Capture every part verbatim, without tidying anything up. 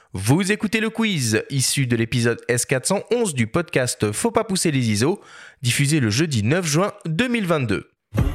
Vous écoutez le quiz, issu de l'épisode S quatre cent onze du podcast Faut pas pousser les I S O, diffusé le jeudi neuf juin deux mille vingt-deux.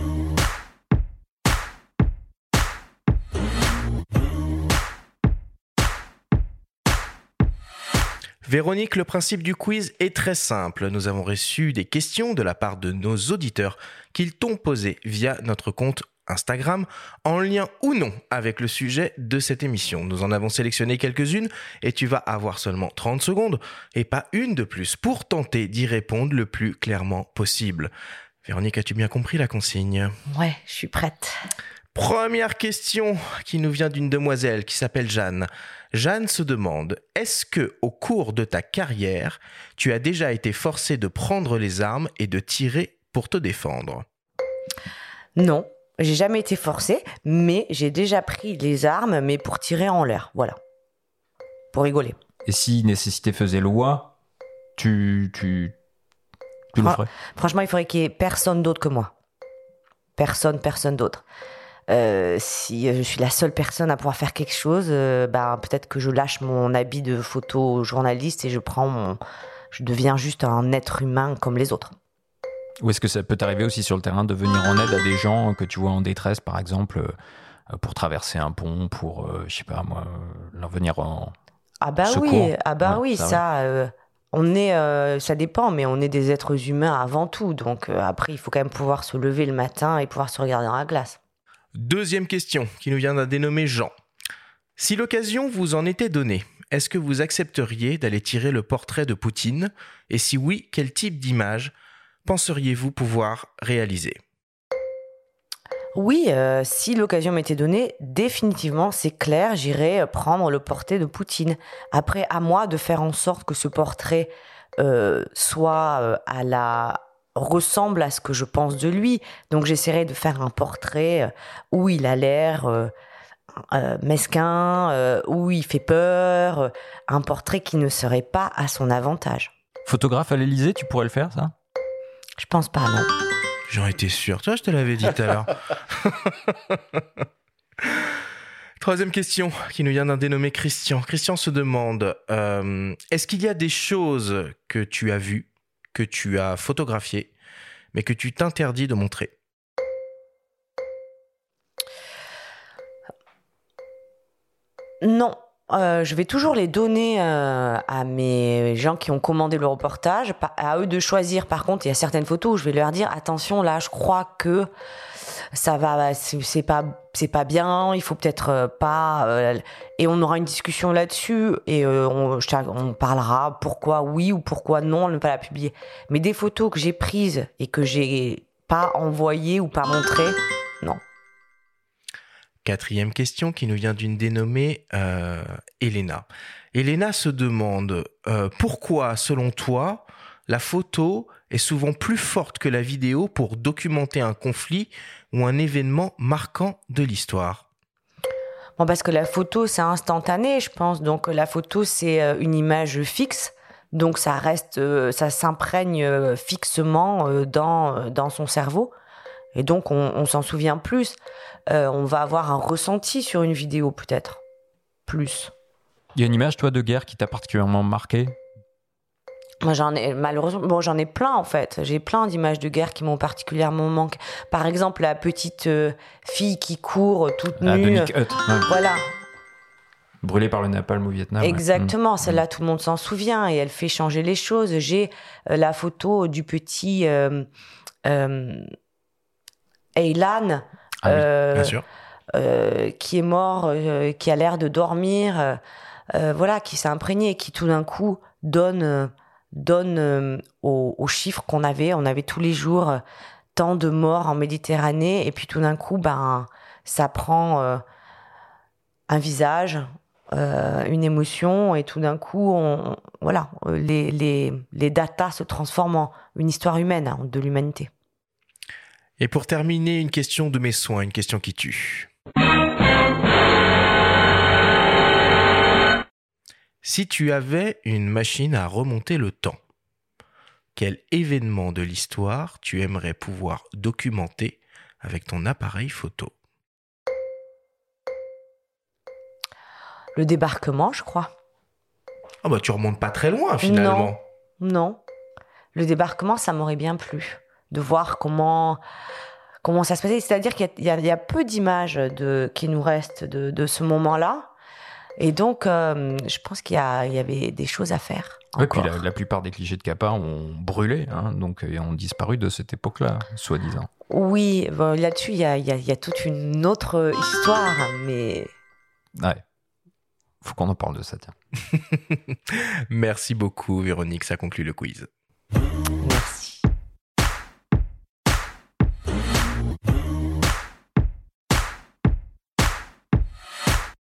Véronique, le principe du quiz est très simple. Nous avons reçu des questions de la part de nos auditeurs qu'ils t'ont posées via notre compte Instagram, en lien ou non avec le sujet de cette émission. Nous en avons sélectionné quelques-unes et tu vas avoir seulement trente secondes et pas une de plus pour tenter d'y répondre le plus clairement possible. Véronique, as-tu bien compris la consigne ? Ouais, je suis prête. Première question qui nous vient d'une demoiselle qui s'appelle Jeanne. Jeanne se demande, est-ce que au cours de ta carrière, tu as déjà été forcée de prendre les armes et de tirer pour te défendre ? Non, j'ai jamais été forcée, mais j'ai déjà pris les armes, mais pour tirer en l'air, voilà. Pour rigoler. Et si nécessité faisait loi, tu, tu, tu le Fran- ferais ? Franchement, il faudrait qu'il y ait personne d'autre que moi. Personne, personne d'autre. Euh, si je suis la seule personne à pouvoir faire quelque chose, euh, bah, peut-être que je lâche mon habit de photojournaliste et je prends mon... je deviens juste un être humain comme les autres. Ou est-ce que ça peut t'arriver aussi sur le terrain de venir en aide à des gens que tu vois en détresse, par exemple, euh, pour traverser un pont, pour, euh, je sais pas moi, euh, leur venir en Ah bah secours ? oui, ah bah Ouais, oui, ça, ça, euh, on est, euh, ça dépend, mais on est des êtres humains avant tout. Donc euh, après, il faut quand même pouvoir se lever le matin et pouvoir se regarder dans la glace. Deuxième question qui nous vient d'un dénommé Jean. Si l'occasion vous en était donnée, est-ce que vous accepteriez d'aller tirer le portrait de Poutine ? Et si oui, quel type d'image penseriez-vous pouvoir réaliser ? Oui, euh, si l'occasion m'était donnée, définitivement, c'est clair, j'irais prendre le portrait de Poutine. Après, à moi de faire en sorte que ce portrait euh, soit euh, à la ressemble à ce que je pense de lui. Donc, j'essaierai de faire un portrait euh, où il a l'air euh, euh, mesquin, euh, où il fait peur, euh, un portrait qui ne serait pas à son avantage. Photographe à l'Élysée, tu pourrais le faire, ça ? Je pense pas, non. J'en étais sûr. Toi, je te l'avais dit tout à l'heure. Troisième question qui nous vient d'un dénommé Christian. Christian se demande, euh, est-ce qu'il y a des choses que tu as vues, que tu as photographiées, mais que tu t'interdis de montrer ? Non. Euh, je vais toujours les donner euh, à mes gens qui ont commandé le reportage, pa- à eux de choisir. Par contre, il y a certaines photos où je vais leur dire attention, là, je crois que ça va, c'est, c'est pas, c'est pas bien. Il faut peut-être euh, pas. Euh, et on aura une discussion là-dessus et euh, on, je t'a- on parlera pourquoi oui ou pourquoi non, ne pas la publier. Mais des photos que j'ai prises et que j'ai pas envoyées ou pas montrées, non. Quatrième question qui nous vient d'une dénommée euh, Elena. Elena se demande euh, pourquoi, selon toi, la photo est souvent plus forte que la vidéo pour documenter un conflit ou un événement marquant de l'histoire. Bon, parce que la photo, c'est instantané, je pense. Donc, la photo, c'est euh, une image fixe. Donc, ça reste, euh, ça s'imprègne euh, fixement euh, dans, euh, dans son cerveau. Et donc, on, on s'en souvient plus. Euh, on va avoir un ressenti sur une vidéo, peut-être. Plus. Il y a une image, toi, de guerre qui t'a particulièrement marqué ? Moi, j'en ai, malheureusement, bon, j'en ai plein, en fait. J'ai plein d'images de guerre qui m'ont particulièrement manqué. Par exemple, la petite euh, fille qui court euh, toute Ah, de nue. Nick Hutt, ouais. Voilà. Brûlée par le napalm au Vietnam. Exactement, ouais. celle-là, tout le monde s'en souvient et elle fait changer les choses. J'ai euh, la photo du petit euh, euh, Aylan, Ah oui, euh, Bien sûr. euh, qui est mort, euh, qui a l'air de dormir, euh, euh, voilà, qui s'est imprégné et qui tout d'un coup donne, euh, donne euh, aux, aux chiffres qu'on avait. On avait tous les jours euh, tant de morts en Méditerranée et puis tout d'un coup, ben, ça prend euh, un visage, euh, une émotion et tout d'un coup, on, voilà, les, les, les datas se transforment en une histoire humaine hein, de l'humanité. Et pour terminer, une question de mes soins, une question qui tue. Si tu avais une machine à remonter le temps, quel événement de l'histoire tu aimerais pouvoir documenter avec ton appareil photo ? Le débarquement, je crois. Ah bah tu remontes pas très loin finalement. Non, non. Le débarquement, ça m'aurait bien plu de voir comment comment ça se passait. C'est-à-dire qu'il y a, il y a peu d'images de, qui nous restent de, de ce moment-là. Et donc, euh, je pense qu'il y, a, il y avait des choses à faire. Oui, puis la, la plupart des clichés de Capa ont brûlé, hein, donc ils ont disparu de cette époque-là, soi-disant. Oui, bon, là-dessus, il y a, il y a, il y a toute une autre histoire, mais... Ouais, faut qu'on en parle de ça, tiens. Merci beaucoup, Véronique, ça conclut le quiz.